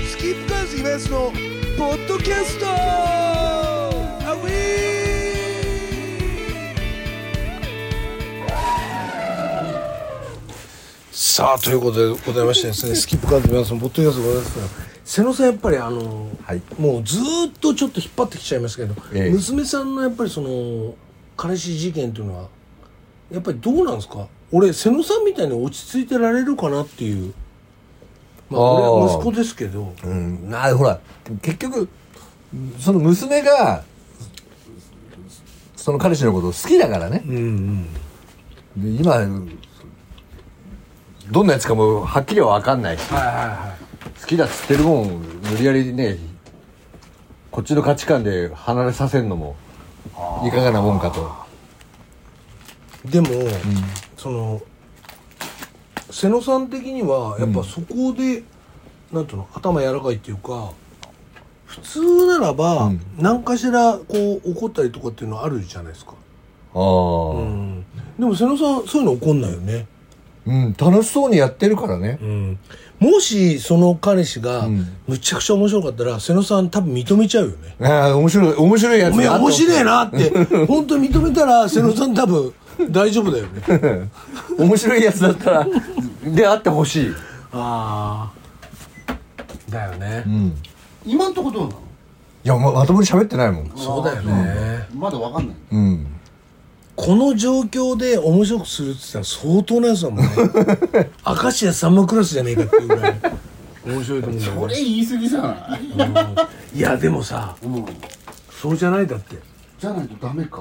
スキップカーズイベントのポッドキャストアウィー。さあということでございましてですねスキップカーズイベントのポッドキャストでございますが、瀬野さんやっぱりはい、もうずっとちょっと引っ張ってきちゃいますけど、娘さんのやっぱりその彼氏事件というのはやっぱりどうなんですか。俺瀬野さんみたいに落ち着いてられるかなっていう、まあ俺は息子ですけど、 ほら結局その娘がその彼氏のことを好きだからね、で今どんなやつかもはっきりは分かんないし、好きだっつってるもん無理やりねこっちの価値観で離れさせるのもいかがなもんかと。 でも、その瀬野さん的にはやっぱそこで、なんていうの頭柔らかいっていうか、普通ならば、何かしらこう怒ったりとかっていうのはあるじゃないですか。でも瀬野さんそういうの怒んないよね。 楽しそうにやってるからね。 もしその彼氏がむちゃくちゃ面白かったら瀬野さん多分認めちゃうよね。 面白いやつだ。 面白いなって本当に認めたら瀬野さん多分大丈夫だよね。 面白いやつだったらであってほしい。 だよね。 今んとこどうなの？ いやまともに喋ってないもん。 そうだよね。 まだわかんない。 この状況で面白くするって言ったら相当なやつだもんね。明石家さんまクラスじゃねえかっていうぐらい面白いと思うんだよね。 それ言い過ぎじゃない？ いやでもさ、そうじゃないだって。 じゃないとダメか。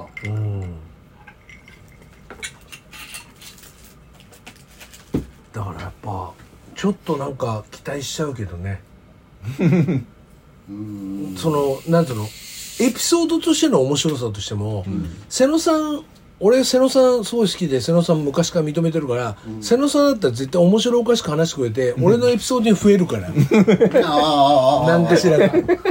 だからやっぱちょっとなんか期待しちゃうけどね。そのなんていうのエピソードとしての面白さとしても、瀬野さん俺瀬野さんすごい好きで瀬野さん昔から認めてるから、瀬野さんだったら絶対面白おかしく話してくれて、俺のエピソードに増えるから。なんかしらが。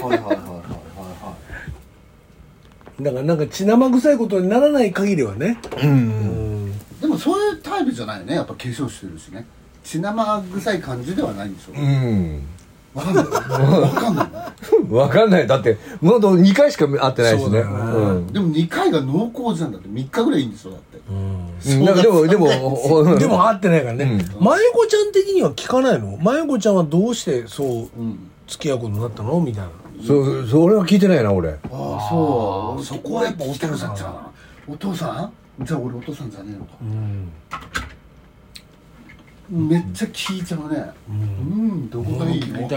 だからなんか血生臭いことにならない限りはね。 でもそういうタイプじゃないよね。やっぱ化粧してるしね。血生臭い感じではないんでしょ。わかんない。 わかんない。だってまだ2回しか会ってないしね。でも 2回が濃厚じゃん。だって3日ぐらいいいんですよ。だって。 でも会ってないからね。まゆこちゃん的には聞かないの？まゆこちゃんはどうしてそう付き合うことになったのみたいな。 それは聞いてないな俺。 そう。 そこはやっぱお父さんだ。 お父さん？じゃあ俺お父さんじゃねえのか。めっちゃ聞いちゃうね。どこがいいの？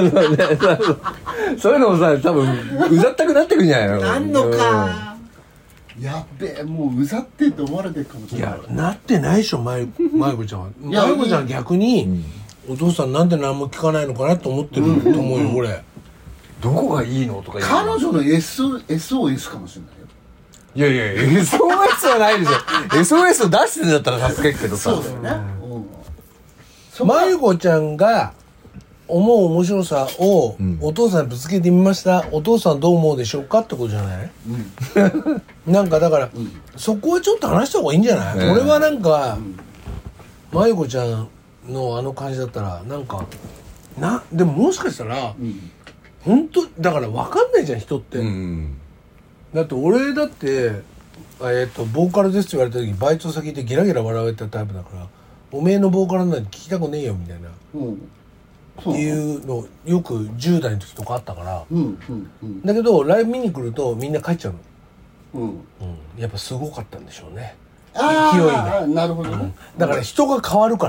そういうのもさ多分うざったくなってくんじゃないの？ なんのか。やっべえもううざってって思われてるかもしれない。 いやなってないでしょまゆこちゃんは。まゆこちゃんは逆に、お父さんなんで何も聞かないのかなと思ってると思うよ俺。 どこがいいのとか。 彼女の SOS かもしれないよ。 いや SOS はないでしょ。SOS を出してんだったら助けるけどさ。 そうだよね。 まゆこちゃんが思う面白さをお父さんにぶつけてみました。お父さんどう思うでしょうかってことじゃない？なんかだから、そこはちょっと話した方がいいんじゃない？俺はなんか、まゆこちゃんのあの感じだったらなんかでももしかしたら、本当だから分かんないじゃん人って。だって俺だってボーカルですって言われた時バイト先でゲラゲラ笑われたタイプだから、おめえのボーカルなんて聞きたくねえよみたいな、いうのよく10代の時とかあったから、だけどライブ見に来るとみんな帰っちゃうの。やっぱすごかったんでしょうね、勢いが。 なるほどね。 だから人が変わるから。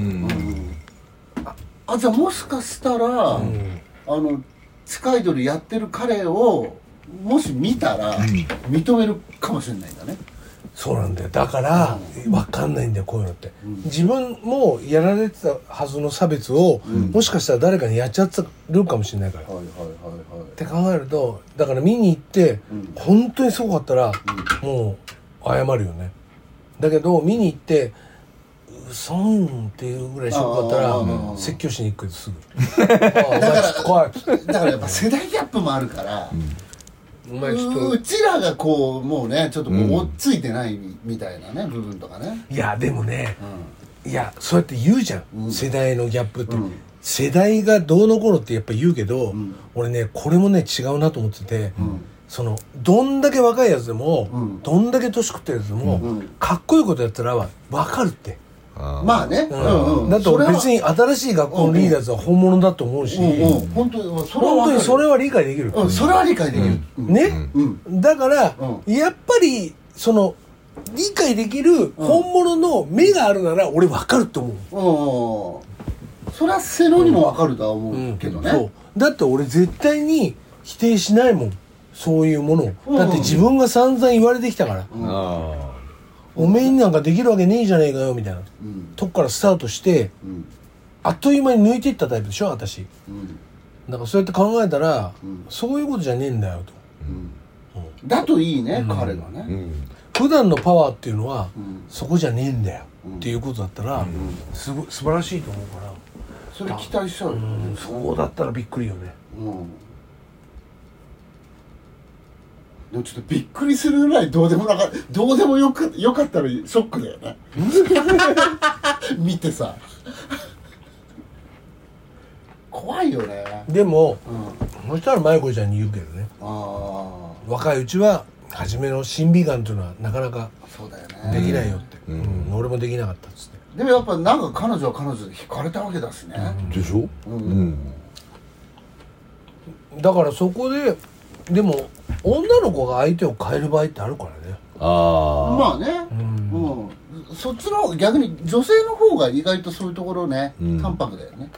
じゃあもしかしたら、地下アイドルやってる彼をもし見たら認めるかもしれないんだね。 そうなんだよ。だから分かんないんだよこういうのって。自分もやられてたはずの差別を、もしかしたら誰かにやっちゃってるかもしれないから。って考えるとだから見に行って、本当にすごかったら、もう謝るよね。だけど見に行ってそんっていうぐらいショックだったら説教しに行くけどすぐ。だからやっぱ世代ギャップもあるから。うちらがこうもうねちょっともう追っついてないみたいなね部分とかね。 いやでもね、いやそうやって言うじゃん、世代のギャップって、 世代がどうの頃ってやっぱ言うけど、俺ねこれもね違うなと思ってて、そのどんだけ若いやつでも、どんだけ年食ってるやつでも、かっこいいことやったら分かるって。 まあね、 だって俺別に新しい学校のリーダーズは本物だと思うし、 本当にそれは理解できる。 それは理解できる。 ね、だから、やっぱりその理解できる本物の目があるなら俺分かると思う。それは瀬野にも分かるとは思うけどね。 そうだって俺絶対に否定しないもん、そういうものを。だって自分が散々言われてきたから、おめえになんかできるわけねえじゃねえかよみたいな、とこからスタートして、あっという間に抜いていったタイプでしょ私、だからそうやって考えたら、そういうことじゃねえんだよと、 だといいね、彼がね、 普段のパワーっていうのは、そこじゃねえんだよ、っていうことだったら、素晴らしいと思うから、 それ期待しちゃうよ、 そうだったらびっくりよね。 でもちょっとびっくりするぐらいどうでもよかったらショックだよね見てさ怖いよね。 でも、そしたら舞子ちゃんに言うけどね、若いうちは初めの審美眼というのはなかなかできないよって、俺もできなかったっつって。 でもやっぱなんか彼女は彼女で惹かれたわけだしね、 でしょ。 だからそこででも女の子が相手を変える場合ってあるからね。 まあね、そっちの逆に女性の方が意外とそういうところね、淡白だよね。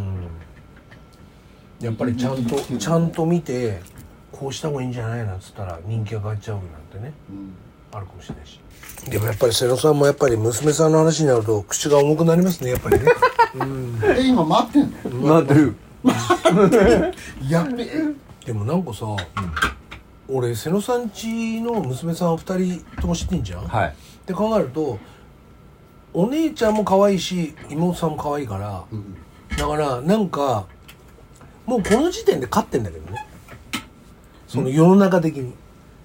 やっぱりちゃんと見てこうした方がいいんじゃないなっつったら人気が変わっちゃうなんてね、あるかもしれないし。でもやっぱり瀬野さんもやっぱり娘さんの話になると口が重くなりますねやっぱりね。 今待ってんの？ 待ってる。 やっべえ。 でもなんかさ、俺瀬野さん家の娘さんを2人とも知ってんじゃん。って考えるとお姉ちゃんも可愛いし妹さんも可愛いから、だからなんかもうこの時点で勝ってんだけどね、その世の中的に。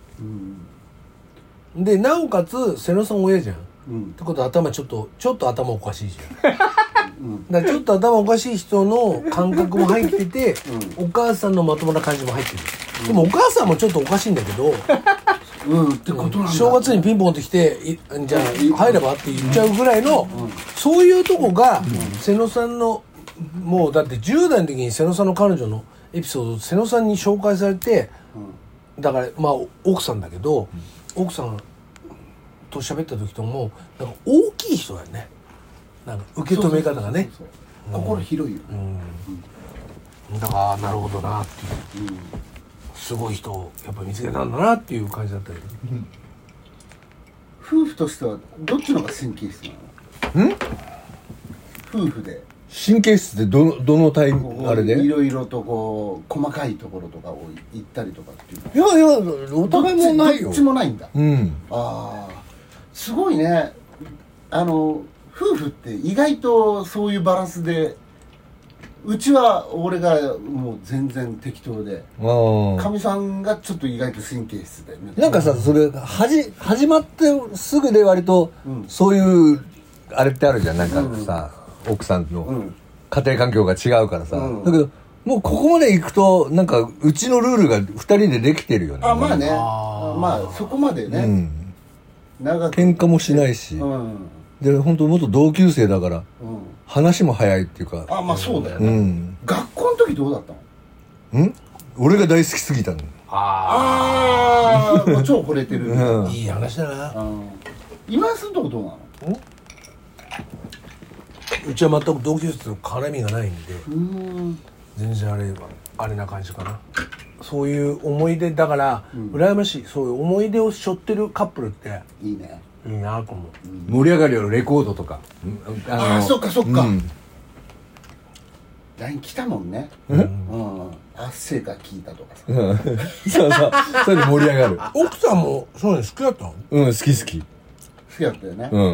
でなおかつ瀬野さん親じゃん、ってことはちょっと頭おかしいじゃん。だからちょっと頭おかしい人の感覚も入ってて、お母さんのまともな感じも入ってる。でもお母さんもちょっとおかしいんだけど、 ってことなんだ。 正月にピンポンって来てじゃあ入ればって言っちゃうぐらいの、そういうとこが瀬野さんの、もうだって10代の時に瀬野さんの彼女のエピソードを瀬野さんに紹介されて、だからまあ奥さんだけど、奥さんと喋った時ともなんか大きい人だよね、なんか受け止め方がね。 心広いよ、 だからなるほどなっていう、すごい人をやっぱ見つけたんだなっていう感じだったけど、 夫婦としてはどっちの方が神経質なの？夫婦で神経質ってどのタイプあれでいろいろとこう細かいところとかを言ったりとかっていうの？ いやお互いもないよ。 どっちもないんだ。 ああすごいね。夫婦って意外とそういうバランスで、うちは俺がもう全然適当で、かみさんがちょっと意外と神経質で、 なんかさ、それ始まってすぐで割と、そういうあれってあるじゃん。なんかさ、奥さんの家庭環境が違うからさ、だけどもうここまで行くとなんかうちのルールが2人でできてるよね。 まあね、まあそこまでね、 喧嘩もしないし、で本当元同級生だから、話も早いっていうか。 まあそうだよね。学校の時どうだったの？ 俺が大好きすぎたの。 もう超惚れてる。 いい話だな。 今するとこどうなの？ うちは全く同級生と絡みがないんで、全然あれな感じかな。そういう思い出だから、羨ましい。そういう思い出を背負ってるカップルっていいね。 いいなと思う。 盛り上がるよレコードとか。 そっかそっか。LINE 来たもんね。圧政が聞いたとかさ。 そうそれで盛り上がる。 奥さんもそういうの好きだったの？ 好き。 好きだったよね。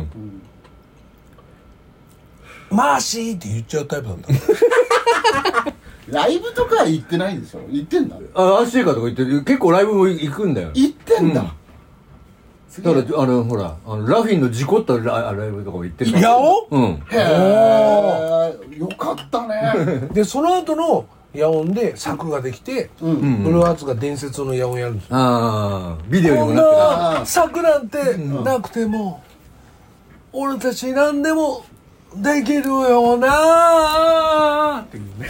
マーシーって言っちゃうタイプだった。 ライブとかは行ってないでしょ？行ってんだ。 アッシェイカーとか行ってる。結構ライブも行くんだよ。 行ってんだ。 だからほらラフィンの事故ったライブとかも行ってるから。 八尾？ うん。 へえ、よかったね。 でその後の野音で作ができて、ブルーハーツが伝説の野音やるんですよ。 ああ、ビデオにこんもなってる。 な作なんてなくても、俺たち何でもできるよなーっていうね。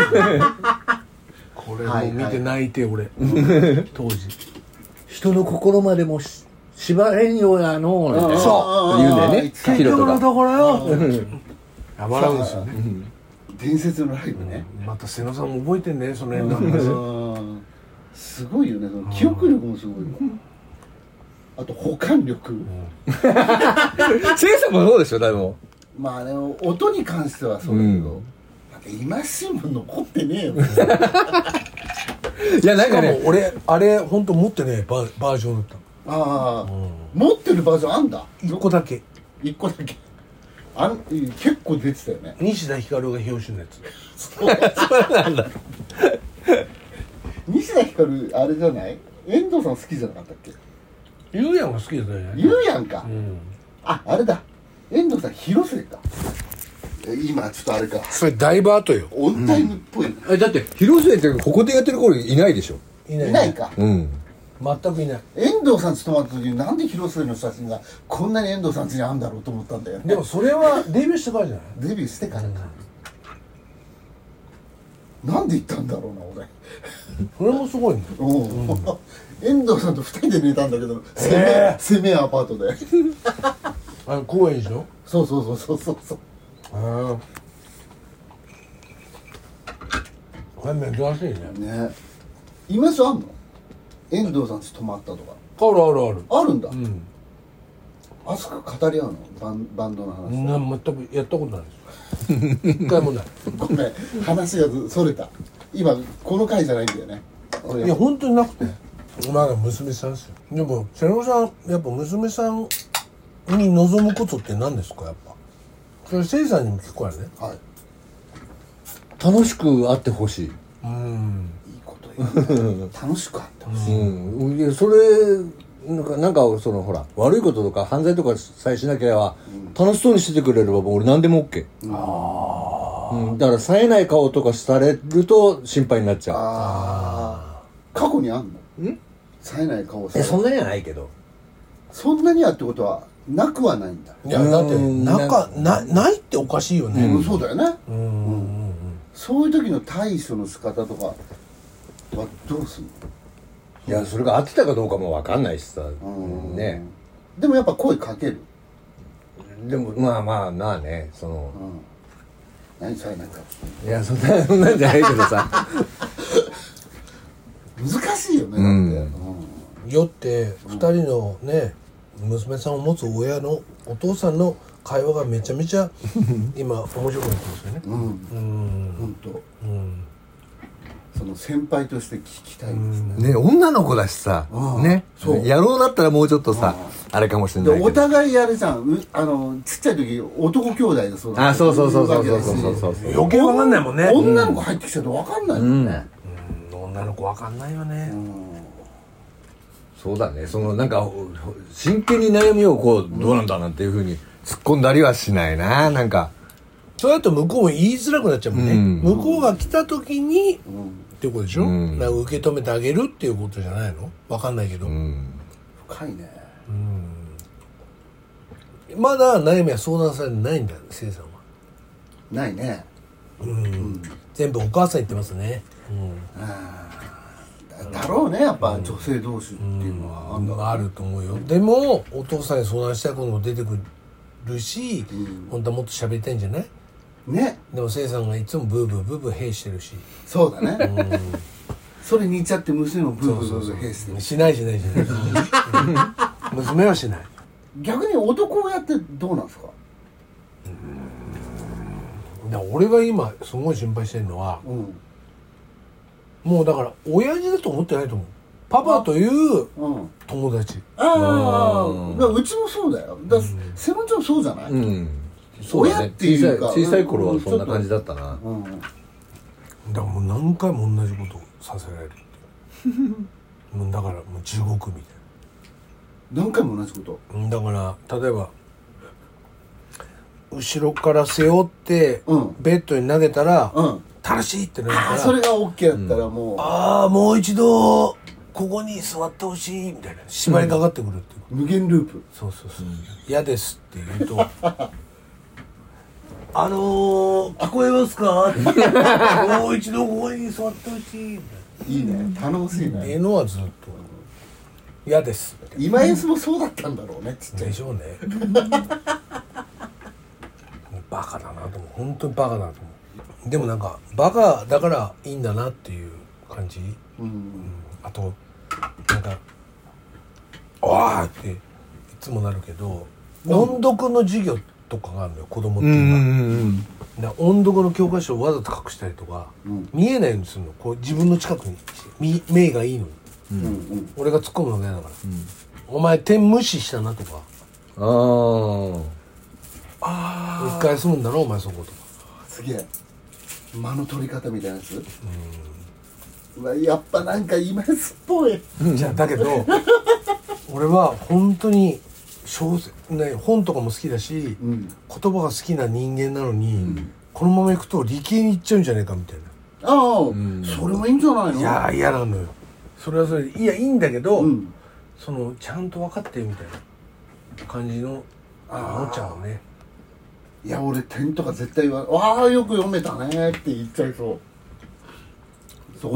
これもう見て泣いて俺、当時。 人の心までも縛れんようやのーなんてそう言うんだよね。 結局のところよ。笑うんですよね。 伝説のライブね。 また瀬野さんも覚えてんね、その辺の話。 すごいよね、その記憶力もすごいわ。あと保管力。 せいさんもそうでしょ、だいぶ。 まあね、音に関してはそうだけど、なんか今しも残ってねえよ。 いや、なんしかかね、 も俺あれ本当持ってねバージョンだった。 ああ、持ってるバージョンあんだ。 1個だけ。 1個だけ。結構出てたよね。 西田ひかるが表紙のやつ。 そうなんだ。 西田ひかるあれじゃない？遠藤さん好きじゃなかったっけ？ ゆうやんが好きだったよね。 ゆうやんか。 うん。 あれだ。遠藤さん広末か。今ちょっとあれか。 それだいぶ後よ。 オンタイムっぽいな。 だって広末ってここでやってる頃いないでしょ。 いないいないか。 うん。 全くいない。 遠藤さんち泊まった時になんで広末の写真がこんなに遠藤さん家にあるんだろうと思ったんだよね。 でもそれはデビューしてからじゃない？ デビューしてからか。なんで行ったんだろうな俺。 それもすごいね。 遠藤さんと2人で寝たんだけど、攻めアパートで。 公園でしょ？ そう。 これ珍しいね。 ね。今じゃあんの？遠藤さんち泊まったとか。 ある。 あるんだ。 うん。 熱く語り合うの？バンドの話。 全くやったことないですよ。一回もない。 ごめん、話がそれた。今この回じゃないんだよね。 いや本当になくて、まだ娘さんですよ。でも瀬野さんやっぱ娘さんに望むことって何ですか？やっぱそれせいさんにも聞こえるね。 はい。 楽しくあってほしい。 いいこと言うね。楽しくあってほしい。 うん。いやそれなんかそのほら悪いこととか犯罪とかさえしなければ、楽しそうにしててくれればもう俺何でも OK。だから冴えない顔とかされると心配になっちゃう。 過去にあんの？冴えない顔される。 そんなにはないけど。 そんなにはってことはなくはないんだ。 いやだってないっておかしいよね。 そうだよね。そういう時の対処の仕方とかはどうすんの？ いやそれが合ってたかどうかも分かんないしさ。ね。 でもやっぱ声かける。 でもまあねその。 何冴えない顔。 いやそんなんじゃないけどさ。 難しいよね。だって。 よって2人のね娘さんを持つ親のお父さんの会話がめちゃめちゃ今面白くなってますよね。 本当。その先輩として聞きたいですね。 ね女の子だしさね野郎だったらもうちょっとさあれかもしれないけど。 お互いあれじゃん。ちっちゃい時男兄弟でそうだ。 そう。 余計わかんないもんね。 女の子入ってきちゃうとわかんないもんね。 女の子わかんないよね。 そうだね。そのなんか真剣に悩みをこうどうなんだなんていうふうに突っ込んだりはしないな。なんかそれだと向こうも言いづらくなっちゃうもんね。向こうが来た時にっていうことでしょ。なんか受け止めてあげるっていうことじゃないの？わかんないけど。 深いね。 まだ悩みは相談されてないんだよ、せいさんは。 ないね。 全部お母さん言ってますね。 だろうね、やっぱ女性同士っていうのはあると思うよ。でもお父さんに相談したいことも出てくるし、本当はもっと喋りたいんじゃない？ ね。 でもせいさんがいつもブーブーヘイしてるし。 そうだね。それ似ちゃって娘もブーブーヘイしてるしない。娘はしない。 逆に男親ってどうなんですか？ 俺が今すごい心配してるのは、もうだから親父だと思ってないと思う。パパという友達。 うちもそうだよ。瀬野ちゃんそうじゃない？親っていうか小さい頃はそんな感じだったな。 だからもう何回も同じことをさせられるっていう。だからもう地獄みたい何回も同じこと。 だから例えば後ろから背負って、ベッドに投げたら、正しいってなるから、 それが OK だったらもう、 ああもう一度ここに座ってほしいみたいな縛りかかってくるっていう、 無限ループ。 そうそうそう、嫌ですって言うと聞こえますかもう一度ここに座ってほしいみたいいいね、頼もしいね。 なのはずっと嫌です今エスもそうだったんだろうね、ちっちゃいでしょうねバカだなと思う、本当にバカだと思う。でもなんかバカだからいいんだなっていう感じ、あとなんか「おー!」っていつもなるけど、音読の授業とかがあるのよ子供っていうのは。音読の教科書をわざと隠したりとか、見えないようにするの、こう自分の近くに目がいいのに、俺が突っ込むのが嫌だから、お前点無視したなとか、一回休むんだろお前そことか。 すげえ間の取り方みたいなやつ。やっぱなんか今すっぽい。 じゃあだけど俺は本当に本とかも好きだし、言葉が好きな人間なのに、このままいくと理系に行っちゃうんじゃないかみたいな。 それもいいんじゃないの。 いや嫌なのよそれはそれで。いやいいんだけど、そのちゃんと分かってみたいな感じの思っちゃうね。 いや俺点とか絶対言わない。わあよく読めたねって言っちゃいそう。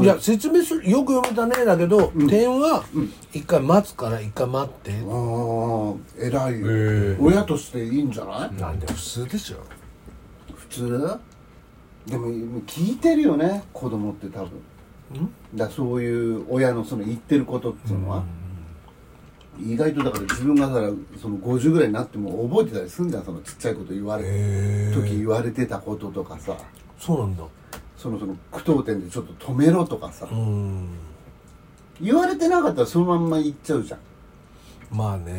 いや説明する、よく読めたねだけど、点は一回待つから一回待って。 偉いよ、親としていいんじゃない。 なんで普通でしょ。 普通でも聞いてるよね子供って多分。だそういう親のその言ってることっていうのは、意外とだから自分がだからその50ぐらいになっても覚えてたりするんだよ、そのちっちゃいこと言われ時言われてたこととかさ。 そうなんだ。 その句読点でちょっと止めろとかさ、言われてなかったらそのまんま言っちゃうじゃん。 まあね、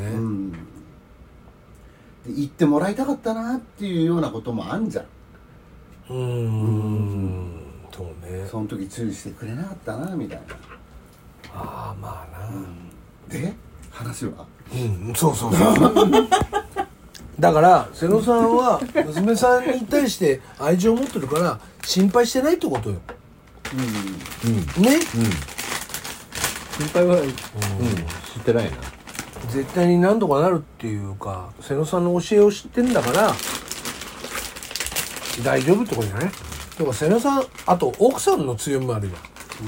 で言ってもらいたかったなっていうようなこともあんじゃん。 そうね。 その時注意してくれなかったなみたいな。 まあな、 で話はそうだから瀬野さんは娘さんに対して愛情を持ってるから心配してないってことよ。ね、 心配はしてないな。 絶対に何とかなるっていうか、瀬野さんの教えを知ってんだから大丈夫ってことじゃない。でも瀬野さん、あと奥さんの強みもあるじゃん。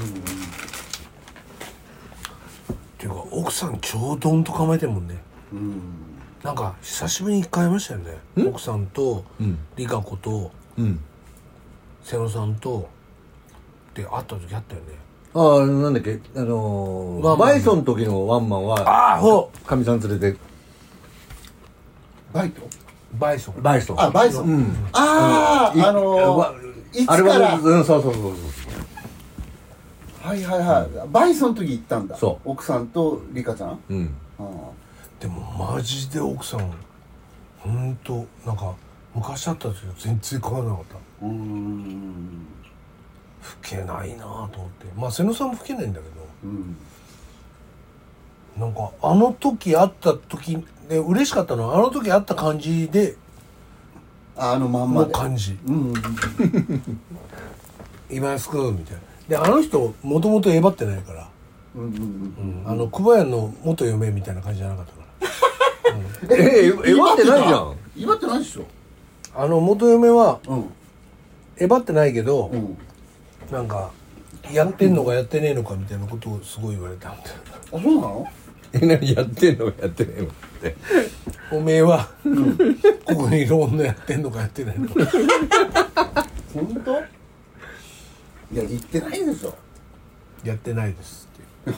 っていうか奥さん超ドンと構えてるもんね。なんか久しぶりに一回会いましたよね。奥さんと理香子と瀬野さんとで会った時あったよね。 なんだっけ、バイソンの時のワンマンはかみさん連れて。 バイソン。 バイソン。 あれはそう。 はいバイソンの時行ったんだ。奥さんとリカちゃん。 でもマジで奥さんほんとなんか昔会った時全然変わらなかった。老けないなと思って。まあ瀬野さんも老けないんだけど、なんかあの時会った時で嬉しかったのは、あの時会った感じでまんまでの感じ。今安くみたいな。であの人もともとえばってないから、久保屋の元嫁みたいな感じじゃなかったから。 えばってないじゃん。 えばってないでしょ。 元嫁はえばってないけど、なんかやってんのかやってねえのかみたいなことをすごい言われたんだよ。 そうなの。 何やってんのかやってねえのって。 おめえは、ここにいる女やってんのかやってないのか。 本当？いや言ってないでしょ。 やってないですって。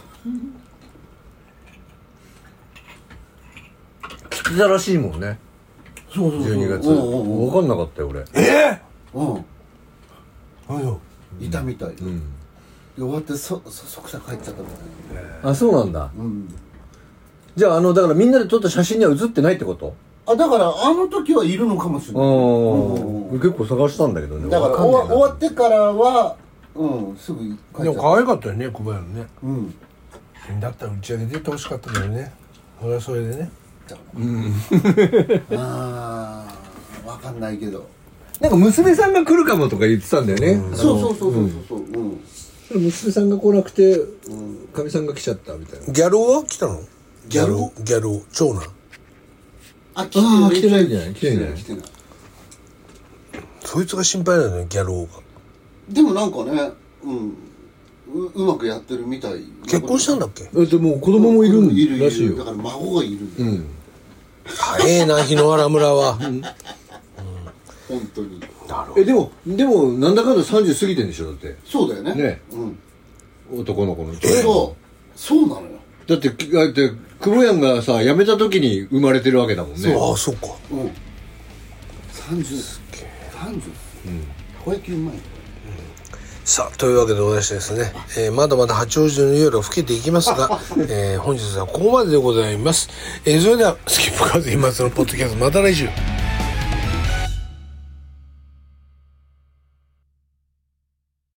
来てたらしいもんね。 そう 12月。分かんなかったよ俺。 いたみたい。で終わって即さ帰っちゃったみたいな。そうなんだ。じゃあだからみんなで撮った写真には写ってないってこと？ だからあの時はいるのかもしれない。 結構探したんだけどね。 だから終わってからはすぐ帰っちゃった。 でも可愛かったよね、久保屋のね。だったら打ち上げ出てほしかったんだよね。 それはそれでね。 ああ分かんないけど、 なんか娘さんが来るかもとか言ってたんだよね、 そう、 娘さんが来なくてかみさんが来ちゃったみたいな。 ギャル男は来たの？ ギャル男長男。 あ、 来てないんじゃない？来てない。 そいつが心配なのよ、ギャル王が。 でもなんかね、うまくやってるみたい。 結婚したんだっけ？ だってもう子供もいるんらしいよ。 だから孫がいる。 早えな、檜原村は。 本当に。 でもなんだかんだ30過ぎてんでしょ、だって。 そうだよね。 ね。男の子の。 そうなのよ。 だって久保やんがさ辞めた時に生まれてるわけだもんね。 ああ、そうか。 30すっげえ。30。たこ焼きうまい。 さあ、というわけでございましてですね、まだまだ八王子の夜は更けていきますが、本日はここまででございます。それではスキップカーズ今津のポッドキャスト、また来週。